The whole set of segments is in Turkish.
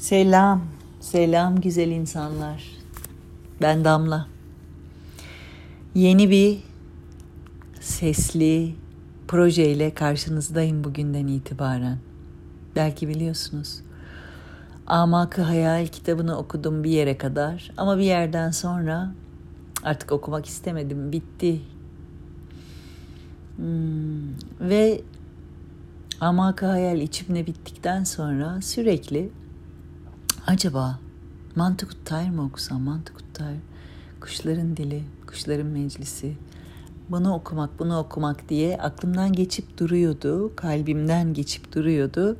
Selam, selam güzel insanlar. Ben Damla. Yeni bir sesli projeyle karşınızdayım bugünden itibaren. Belki biliyorsunuz. Amak-ı Hayal kitabını okudum bir yere kadar ama bir yerden sonra artık okumak istemedim, bitti. Ve Amak-ı Hayal içimde bittikten sonra sürekli acaba Mantık-ı Tayr mı okusam? Mantık-ı Tayr, Kuşların Dili, Kuşların Meclisi. Bunu okumak diye aklımdan geçip duruyordu, kalbimden geçip duruyordu.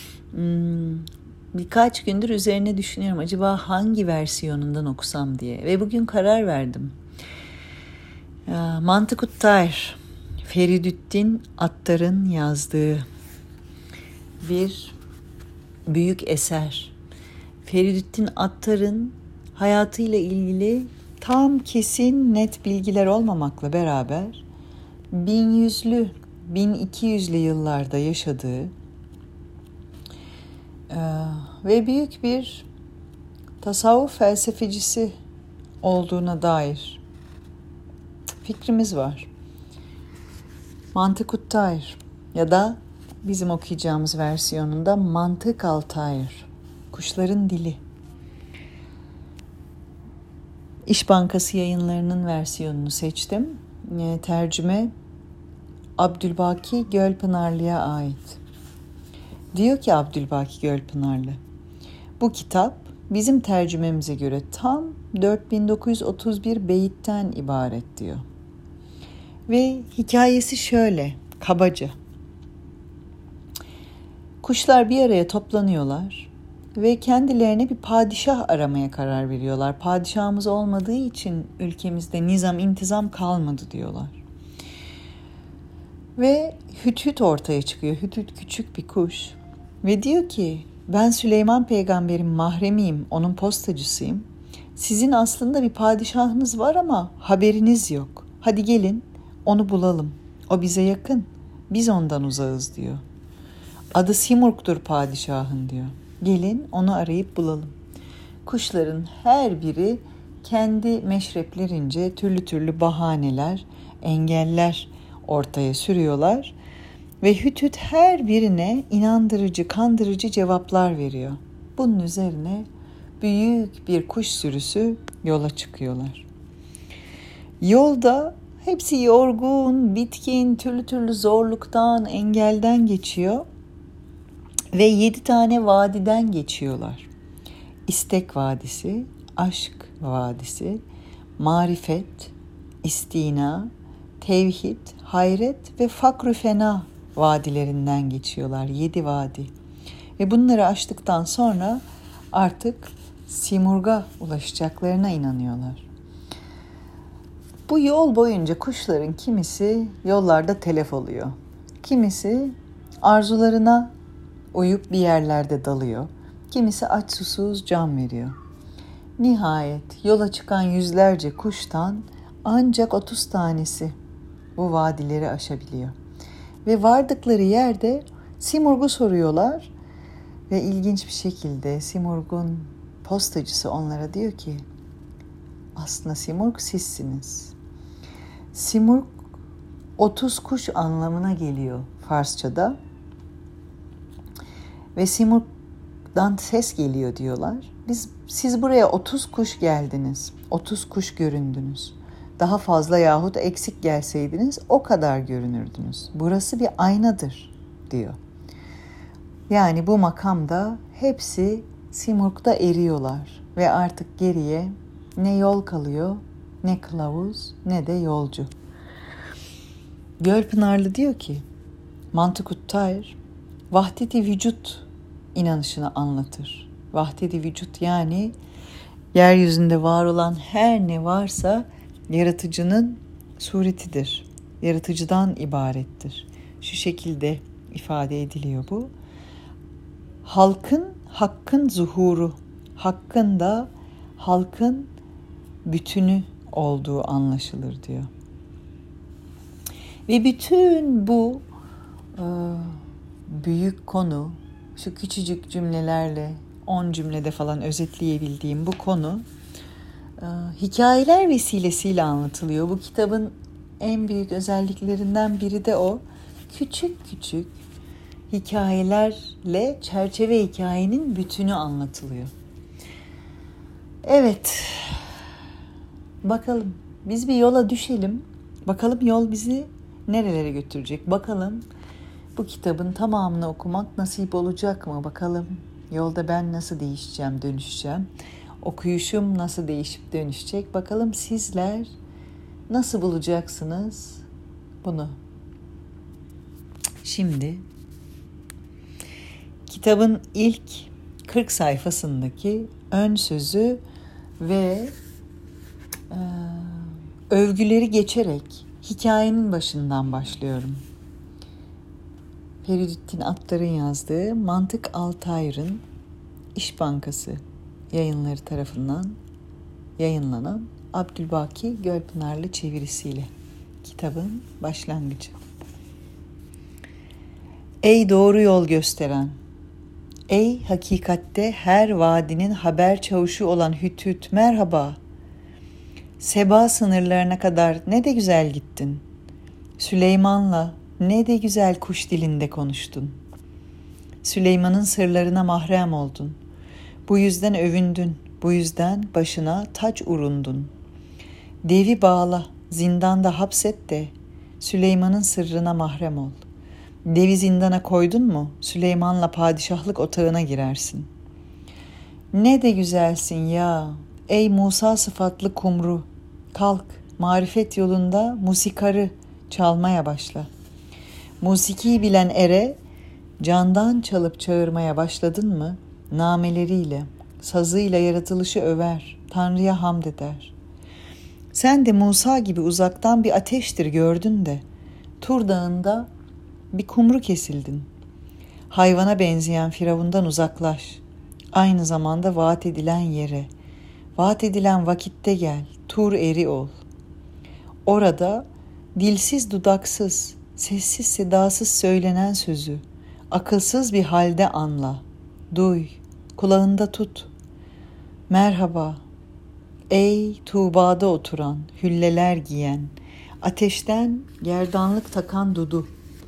Birkaç gündür üzerine düşünüyorum. Acaba hangi versiyonundan okusam diye. Ve bugün karar verdim. Mantık-ı Tayr, Feridüddin Attar'ın yazdığı bir büyük eser. Feridüddin Attar'ın hayatıyla ilgili tam kesin net bilgiler olmamakla beraber 1100'lü, 1200'lü yıllarda yaşadığı ve büyük bir tasavvuf felsefecisi olduğuna dair fikrimiz var. Mantık-ı Tayr ya da bizim okuyacağımız versiyonunda Mantık-ı Tayr, Kuşların Dili. İş Bankası Yayınları'nın versiyonunu seçtim. Tercüme Abdülbaki Gölpınarlı'ya ait. Diyor ki Abdülbaki Gölpınarlı, bu kitap bizim tercümemize göre tam 4931 beyitten ibaret diyor. Ve hikayesi şöyle, kabaca. Kuşlar bir araya toplanıyorlar ve kendilerine bir padişah aramaya karar veriyorlar. Padişahımız olmadığı için ülkemizde nizam, intizam kalmadı diyorlar. Ve Hüthüt ortaya çıkıyor. Hüthüt küçük bir kuş. Ve diyor ki, ben Süleyman Peygamber'in mahremiyim, onun postacısıyım. Sizin aslında bir padişahınız var ama haberiniz yok. Hadi gelin onu bulalım. O bize yakın, biz ondan uzağız diyor. Adı Simurg'dur padişahın diyor. Gelin onu arayıp bulalım. Kuşların her biri kendi meşreplerince türlü türlü bahaneler, engeller ortaya sürüyorlar ve Hüthüt her birine inandırıcı, kandırıcı cevaplar veriyor. Bunun üzerine büyük bir kuş sürüsü yola çıkıyorlar. Yolda hepsi yorgun, bitkin, türlü türlü zorluktan, engelden geçiyor. Ve 7 tane vadiden geçiyorlar. İstek Vadisi, Aşk Vadisi, Marifet, İstina, Tevhid, Hayret ve Fakr-ı Fena vadilerinden geçiyorlar. 7 vadi. Ve bunları aştıktan sonra artık Simurg'a ulaşacaklarına inanıyorlar. Bu yol boyunca kuşların kimisi yollarda telef oluyor. Kimisi arzularına uyup bir yerlerde dalıyor. Kimisi aç susuz can veriyor. Nihayet yola çıkan yüzlerce kuştan ancak 30 tanesi bu vadileri aşabiliyor. Ve vardıkları yerde Simurg'u soruyorlar ve ilginç bir şekilde Simurg'un postacısı onlara diyor ki, aslında Simurg sizsiniz. Simurg 30 kuş anlamına geliyor Farsçada. Ve Simurg'dan ses geliyor diyorlar. Siz buraya 30 kuş geldiniz. 30 kuş göründünüz. Daha fazla yahut eksik gelseydiniz o kadar görünürdünüz. Burası bir aynadır diyor. Yani bu makamda hepsi Simurg'da eriyorlar. Ve artık geriye ne yol kalıyor, ne kılavuz, ne de yolcu. Gölpınarlı diyor ki, Mantık-ı Tayr, vahdet-i vücut inanışını anlatır. Vahdet-i vücut yani yeryüzünde var olan her ne varsa yaratıcının suretidir. Yaratıcıdan ibarettir. Şu şekilde ifade ediliyor bu. Hakkın zuhuru, hakkın da halkın bütünü olduğu anlaşılır diyor. Ve bütün bu büyük konu şu küçücük cümlelerle 10 cümlede falan özetleyebildiğim bu konu hikayeler vesilesiyle anlatılıyor. Bu kitabın en büyük özelliklerinden biri de o. Küçük küçük hikayelerle çerçeve hikayenin bütünü anlatılıyor. Evet, bakalım biz bir yola düşelim. Bakalım yol bizi nerelere götürecek? Bakalım bu kitabın tamamını okumak nasip olacak mı? Bakalım yolda ben nasıl değişeceğim, dönüşeceğim? Okuyuşum nasıl değişip dönüşecek? Bakalım sizler nasıl bulacaksınız bunu? Şimdi kitabın ilk 40 sayfasındaki ön sözü ve övgüleri geçerek hikayenin başından başlıyorum. Feridüddin Attar'ın yazdığı Mantık Altayr'ın İş Bankası yayınları tarafından yayınlanan Abdülbaki Gölpınarlı çevirisiyle kitabın başlangıcı. Ey doğru yol gösteren, ey hakikatte her vadinin haber çavuşu olan Hüt merhaba. Seba sınırlarına kadar ne de güzel gittin. Süleyman'la ne de güzel kuş dilinde konuştun. Süleyman'ın sırlarına mahrem oldun. Bu yüzden övündün, bu yüzden başına taç urundun. Devi bağla, zindanda hapset de Süleyman'ın sırrına mahrem ol. Devi zindana koydun mu, Süleyman'la padişahlık otağına girersin. Ne de güzelsin ya, ey Musa sıfatlı kumru. Kalk, marifet yolunda musikarı çalmaya başla. Musikiyi bilen ere, candan çalıp çağırmaya başladın mı, nameleriyle, sazıyla yaratılışı över, Tanrı'ya hamd eder. Sen de Musa gibi uzaktan bir ateştir gördün de, Tur Dağı'nda bir kumru kesildin. Hayvana benzeyen Firavundan uzaklaş. Aynı zamanda vaat edilen yere, vaat edilen vakitte gel, Tur eri ol. Orada dilsiz dudaksız, sessiz sedasız söylenen sözü, akılsız bir halde anla, duy, kulağında tut. Merhaba, ey Tuğba'da oturan, hülleler giyen, ateşten gerdanlık takan dudu.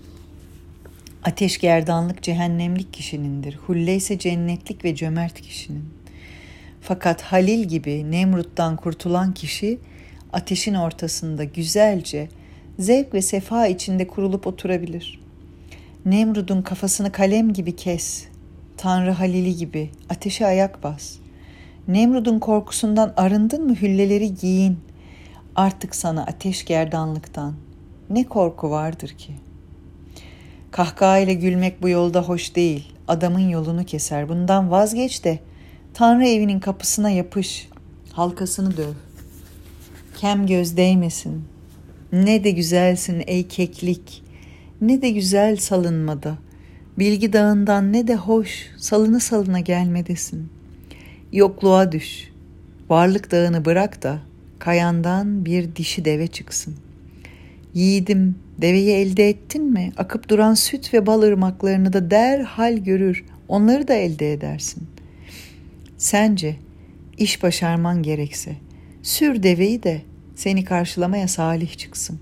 Ateş gerdanlık cehennemlik kişinindir, hulle ise cennetlik ve cömert kişinin. Fakat Halil gibi Nemrut'tan kurtulan kişi, ateşin ortasında güzelce, zevk ve sefa içinde kurulup oturabilir. Nemrut'un kafasını kalem gibi kes, Tanrı Halil'i gibi ateşe ayak bas. Nemrut'un korkusundan arındın mı hülleleri giyin. Artık sana ateş gerdanlıktan ne korku vardır ki? Kahkahayla gülmek bu yolda hoş değil. Adamın yolunu keser. Bundan vazgeç de Tanrı evinin kapısına yapış. Halkasını döv. Kem göz değmesin. Ne de güzelsin ey keklik. Ne de güzel salınmada. Bilgi dağından ne de hoş salına salına gelmedesin. Yokluğa düş. Varlık dağını bırak da kayandan bir dişi deve çıksın. Yiğidim, deveyi elde ettin mi? Akıp duran süt ve bal ırmaklarını da derhal görür. Onları da elde edersin. Sence iş başarman gerekse sür deveyi de seni karşılamaya salih çıksın.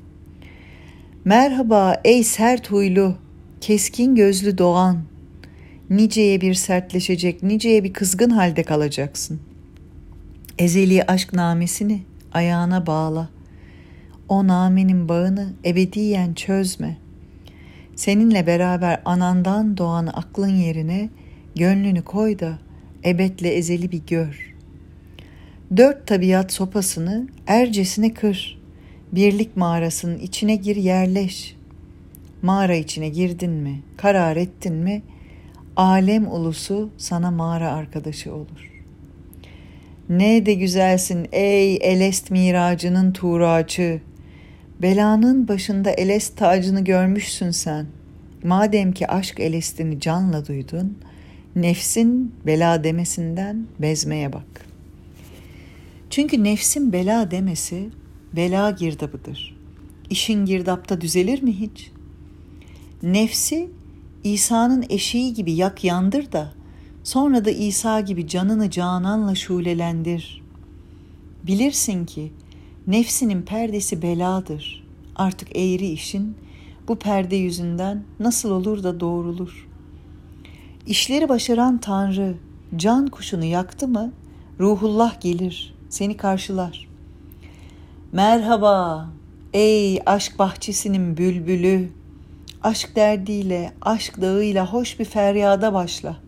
Merhaba ey sert huylu, keskin gözlü doğan. Niceye bir sertleşecek, niceye bir kızgın halde kalacaksın. Ezeli aşk namesini ayağına bağla. O namenin bağını ebediyen çözme. Seninle beraber anandan doğan aklın yerine gönlünü koy da ebedle ezeli bir gör. 4 tabiat sopasını ercesine kır. Birlik mağarasının içine gir yerleş. Mağara içine girdin mi, karar ettin mi, alem ulusu sana mağara arkadaşı olur. Ne de güzelsin ey Elest miracının tuğracı. Belanın başında Elest tacını görmüşsün sen. Madem ki aşk Elest'ini canla duydun, nefsin bela demesinden bezmeye bak. Çünkü nefsin bela demesi bela girdabıdır. İşin girdapta düzelir mi hiç? Nefsi İsa'nın eşiği gibi yak yandır da Sonra da İsa gibi canını cananla şulelendir. Bilirsin ki nefsinin perdesi beladır. Artık eğri işin bu perde yüzünden nasıl olur da doğrulur? İşleri başaran Tanrı can kuşunu yaktı mı, Ruhullah gelir, seni karşılar. Merhaba ey aşk bahçesinin bülbülü, aşk derdiyle, aşk dağıyla hoş bir feryada başla.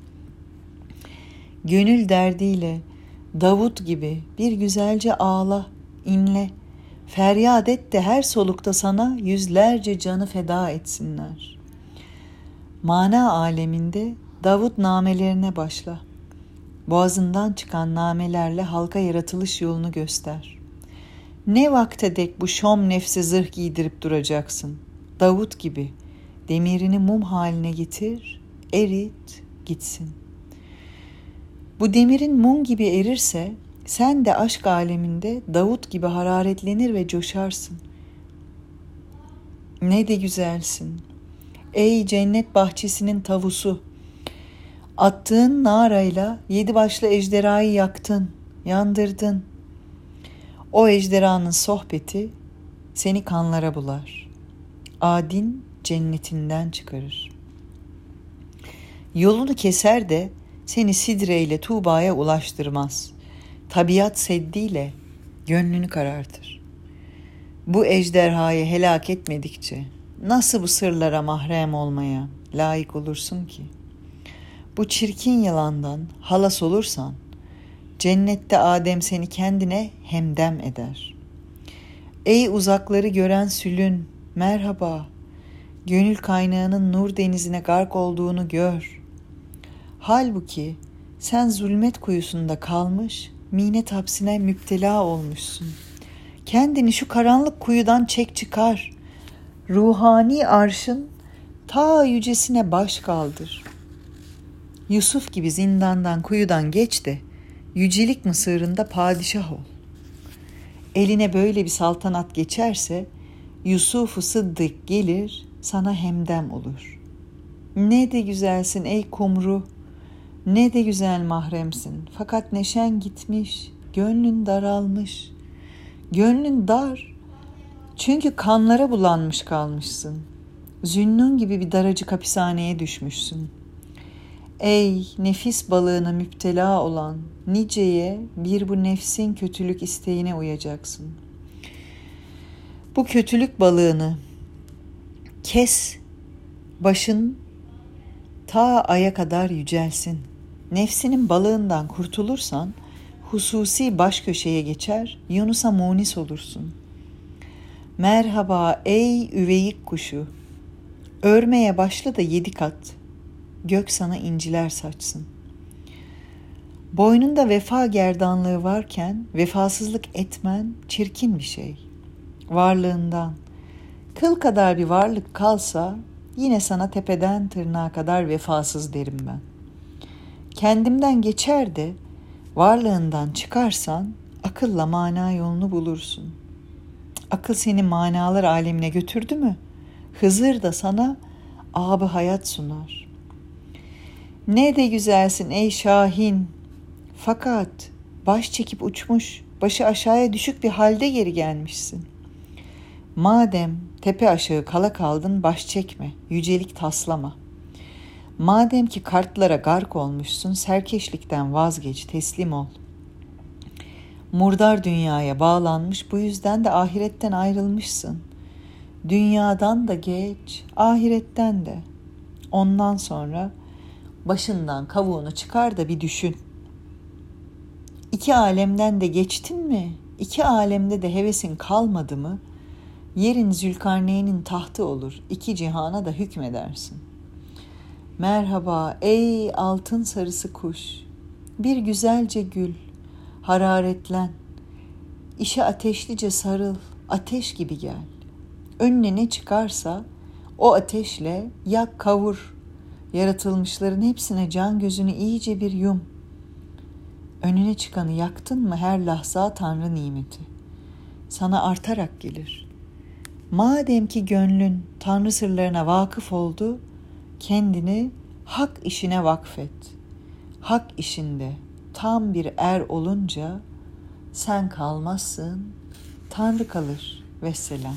Gönül derdiyle, Davut gibi bir güzelce ağla, inle, feryat et de her solukta sana yüzlerce canı feda etsinler. Mana aleminde Davut namelerine başla. Boğazından çıkan namelerle halka yaratılış yolunu göster. Ne vakte dek bu şom nefse zırh giydirip duracaksın? Davut gibi demirini mum haline getir, erit, gitsin. Bu demirin mum gibi erirse sen de aşk aleminde Davut gibi hararetlenir ve coşarsın. Ne de güzelsin. Ey cennet bahçesinin tavusu. Attığın narayla 7 başlı ejderhayı yaktın, yandırdın. O ejderhanın sohbeti seni kanlara bular. Adin cennetinden çıkarır. Yolunu keser de seni Sidre ile Tuğba'ya ulaştırmaz. Tabiat seddiyle gönlünü karartır. Bu ejderhayı helak etmedikçe nasıl bu sırlara mahrem olmaya layık olursun ki? Bu çirkin yalandan halas olursan, cennette Adem seni kendine hemdem eder. Ey uzakları gören sülün, merhaba, gönül kaynağının nur denizine gark olduğunu gör. Halbuki sen zulmet kuyusunda kalmış, minet hapsine müptela olmuşsun. Kendini şu karanlık kuyudan çek çıkar. Ruhani arşın ta yücesine baş kaldır. Yusuf gibi zindandan kuyudan geç de yücelik Mısır'ında padişah ol. Eline böyle bir saltanat geçerse Yusuf-u Sıddık gelir sana hemdem olur. Ne de güzelsin ey kumru, ne de güzel mahremsin. Fakat neşen gitmiş, gönlün daralmış. Gönlün dar çünkü kanlara bulanmış kalmışsın. Zünnun gibi bir daracık hapishaneye düşmüşsün. Ey nefis balığına müptela olan niceye bir bu nefsin kötülük isteğine uyacaksın. Bu kötülük balığını kes, başın ta aya kadar yücelsin. Nefsinin balığından kurtulursan hususi baş köşeye geçer, Yunus'a munis olursun. Merhaba ey üveyik kuşu, örmeye başla da 7 kat. Gök sana inciler saçsın. Boynunda vefa gerdanlığı varken vefasızlık etmen çirkin bir şey. Varlığından kıl kadar bir varlık kalsa yine sana tepeden tırnağa kadar vefasız derim ben. Kendimden geçer de varlığından çıkarsan akılla mana yolunu bulursun. Akıl seni manalar alemine götürdü mü? Hızır da sana ab-ı hayat sunar. Ne de güzelsin ey Şahin. Fakat baş çekip uçmuş, başı aşağıya düşük bir halde geri gelmişsin. Madem tepe aşağı kala kaldın, baş çekme, yücelik taslama. Madem ki kartlara gark olmuşsun, serkeşlikten vazgeç, teslim ol. Murdar dünyaya bağlanmış, bu yüzden de ahiretten ayrılmışsın. Dünyadan da geç, ahiretten de. Ondan sonra başından kavuğunu çıkar da bir düşün. 2 alemden de geçtin mi? 2 alemde de hevesin kalmadı mı? Yerin Zülkarneyn'in tahtı olur. 2 cihana da hükmedersin. Merhaba ey altın sarısı kuş. Bir güzelce gül. Hararetlen. İşe ateşlice sarıl. Ateş gibi gel. Önüne ne çıkarsa o ateşle yak kavur. Yaratılmışların hepsine can gözünü iyice bir yum. Önüne çıkanı yaktın mı her lahza Tanrı nimeti sana artarak gelir. Madem ki gönlün Tanrı sırlarına vakıf oldu, kendini hak işine vakfet. hak işinde tam bir er olunca sen kalmazsın, Tanrı kalır. Vesselam.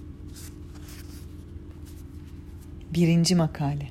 1. makale.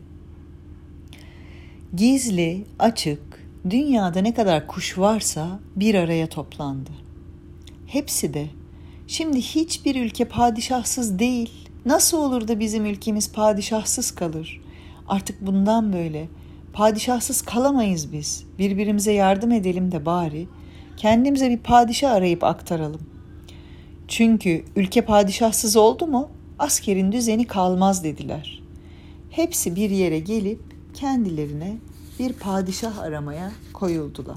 Gizli, açık, dünyada ne kadar kuş varsa bir araya toplandı. Hepsi de, şimdi hiçbir ülke padişahsız değil, nasıl olur da bizim ülkemiz padişahsız kalır? Artık bundan böyle padişahsız kalamayız biz. Birbirimize yardım edelim de bari kendimize bir padişah arayıp aktaralım. Çünkü ülke padişahsız oldu mu askerin düzeni kalmaz dediler. Hepsi bir yere gelip kendilerine bir padişah aramaya koyuldular.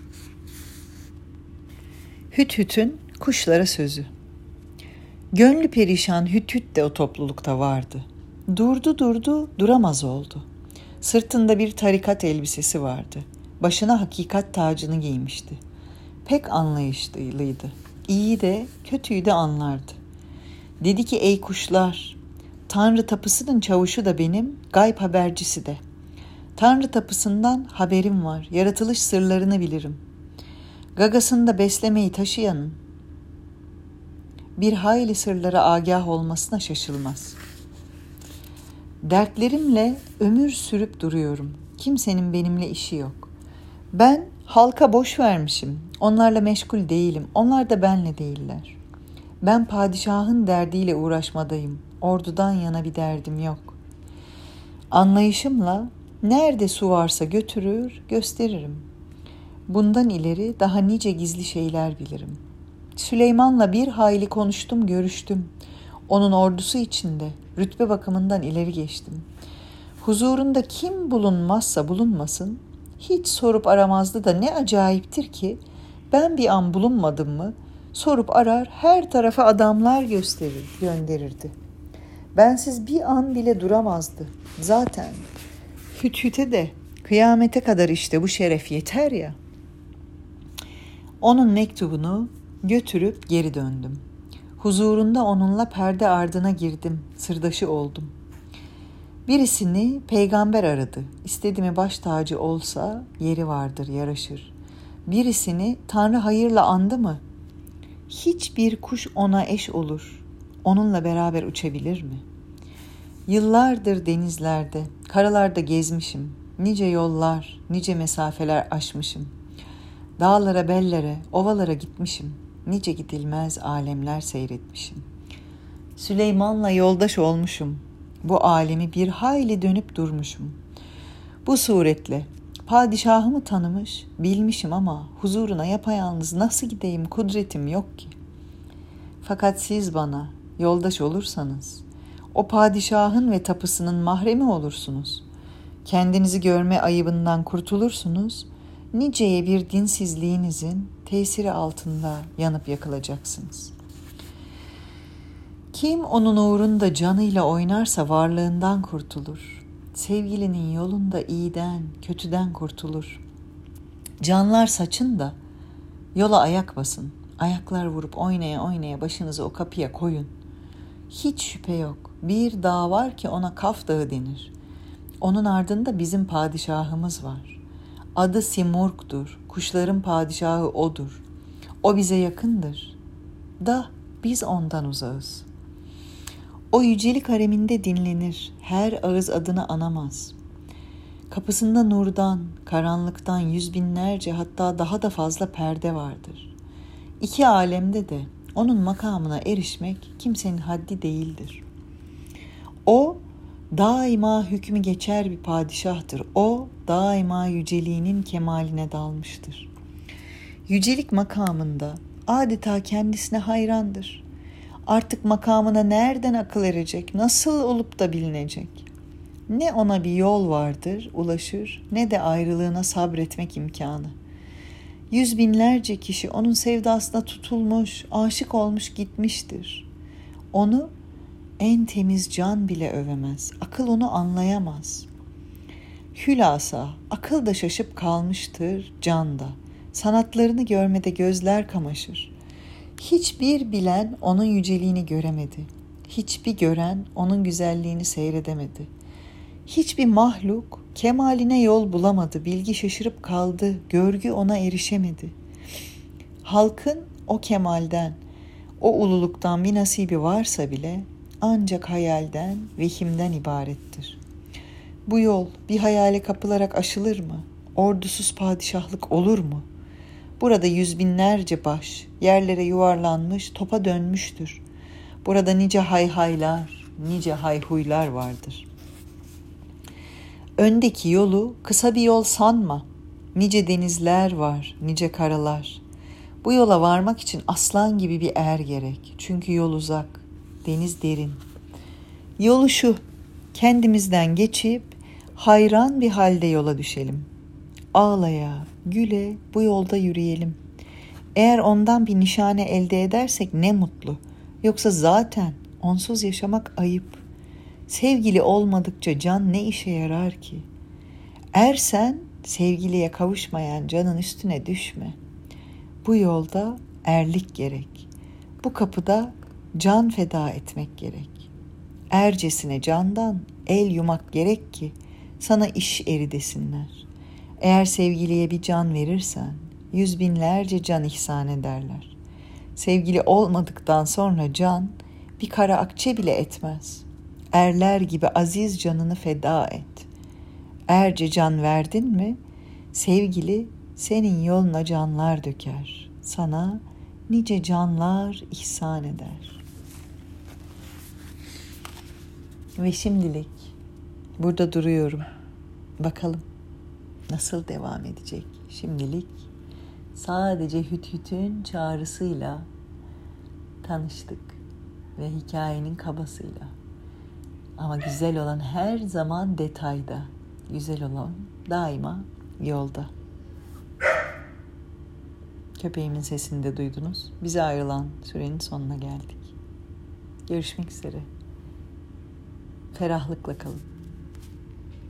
Hüthüt'ün kuşlara sözü. Gönlü perişan Hüthüt de o toplulukta vardı. Durdu, duramaz oldu. Sırtında bir tarikat elbisesi vardı. Başına hakikat tacını giymişti. Pek anlayışlıydı. İyi de kötüyü de anlardı. Dedi ki ey kuşlar, Tanrı tapısının çavuşu da benim, gayb habercisi de. Tanrı tapısından haberim var, yaratılış sırlarını bilirim. Gagasında beslemeyi taşıyanın bir hayli sırlara agah olmasına şaşılmaz. Dertlerimle ömür sürüp duruyorum. Kimsenin benimle işi yok. Ben halka boş vermişim. Onlarla meşgul değilim. Onlar da benle değiller. Ben padişahın derdiyle uğraşmadayım. Ordudan yana bir derdim yok. Anlayışımla nerede su varsa götürür, gösteririm. Bundan ileri daha nice gizli şeyler bilirim. Süleyman'la bir hayli konuştum, görüştüm. Onun ordusu içinde rütbe bakımından ileri geçtim. Huzurunda kim bulunmazsa bulunmasın, hiç sorup aramazdı da ne acayiptir ki ben bir an bulunmadım mı sorup arar, her tarafa adamlar gönderirdi. Bensiz bir an bile duramazdı. Zaten Hüthüt'e de kıyamete kadar işte bu şeref yeter ya. Onun mektubunu götürüp geri döndüm. Huzurunda onunla perde ardına girdim, sırdaşı oldum. Birisini peygamber aradı. İstedi mi baş tacı olsa yeri vardır, yaraşır. Birisini Tanrı hayırla andı mı? Hiçbir kuş ona eş olur. Onunla beraber uçabilir mi? Yıllardır denizlerde, karalarda gezmişim. Nice yollar, nice mesafeler aşmışım. Dağlara, bellere, ovalara gitmişim. Nice gidilmez alemler seyretmişim. Süleyman'la yoldaş olmuşum. Bu alemi bir hayli dönüp durmuşum. Bu suretle padişahımı tanımış, bilmişim ama huzuruna yapayalnız nasıl gideyim, kudretim yok ki. Fakat siz bana yoldaş olursanız, o padişahın ve tapısının mahremi olursunuz. Kendinizi görme ayıbından kurtulursunuz, niceye bir dinsizliğinizin tesiri altında yanıp yakılacaksınız. Kim onun uğrunda canıyla oynarsa varlığından kurtulur. Sevgilinin yolunda iyiden, kötüden kurtulur. Canlar saçın da yola ayak basın. Ayaklar vurup oynaya oynaya başınızı o kapıya koyun. Hiç şüphe yok. Bir dağ var ki ona Kaf Dağı denir. Onun ardında bizim padişahımız var. Adı Simurg'dur. Kuşların padişahı odur. O bize yakındır. Da biz ondan uzağız. O yücelik hareminde dinlenir. Her ağız adını anamaz. Kapısında nurdan, karanlıktan 100.000'lerce hatta daha da fazla perde vardır. İki alemde de onun makamına erişmek kimsenin haddi değildir. O daima hükmü geçer bir padişahtır. O daima yüceliğinin kemaline dalmıştır. Yücelik makamında adeta kendisine hayrandır. Artık makamına nereden akıl erecek, nasıl olup da bilinecek? Ne ona bir yol vardır, ulaşır, ne de ayrılığına sabretmek imkanı. 100.000'lerce kişi onun sevdasına tutulmuş, aşık olmuş gitmiştir. Onu en temiz can bile övemez, akıl onu anlayamaz. Hülasa, akıl da şaşıp kalmıştır, can da. Sanatlarını görmede gözler kamaşır. Hiçbir bilen onun yüceliğini göremedi. Hiçbir gören onun güzelliğini seyredemedi. Hiçbir mahluk kemaline yol bulamadı, bilgi şaşırıp kaldı, görgü ona erişemedi. Halkın o kemalden, o ululuktan bir nasibi varsa bile ancak hayalden, vehimden ibarettir. Bu yol bir hayale kapılarak aşılır mı? Ordusuz padişahlık olur mu? Burada yüz binlerce baş yerlere yuvarlanmış, topa dönmüştür. Burada nice hayhaylar, nice hayhuylar vardır. Öndeki yolu kısa bir yol sanma. Nice denizler var, nice karalar. Bu yola varmak için aslan gibi bir er gerek. Çünkü yol uzak, deniz derin. Yolu şu, kendimizden geçip hayran bir halde yola düşelim. Ağlaya, güle bu yolda yürüyelim. Eğer ondan bir nişane elde edersek ne mutlu. Yoksa zaten onsuz yaşamak ayıp. Sevgili olmadıkça can ne işe yarar ki? Ersen sevgiliye kavuşmayan canın üstüne düşme. Bu yolda erlik gerek. Bu kapıda can feda etmek gerek. Ercesine candan el yumak gerek ki sana iş eri desinler. Eğer sevgiliye bir can verirsen yüz binlerce can ihsan ederler. Sevgili olmadıktan sonra can bir kara akçe bile etmez. Erler gibi aziz canını feda et. Erce can verdin mi sevgili senin yoluna canlar döker. Sana nice canlar ihsan eder. Ve şimdilik burada duruyorum. Bakalım nasıl devam edecek? Şimdilik sadece Hüdhüd'ün çağrısıyla tanıştık ve hikayenin kabasıyla. Ama güzel olan her zaman detayda. Güzel olan daima yolda. Köpeğimin sesini de duydunuz. Bize ayrılan sürenin sonuna geldik. Görüşmek üzere. Ferahlıkla kalın.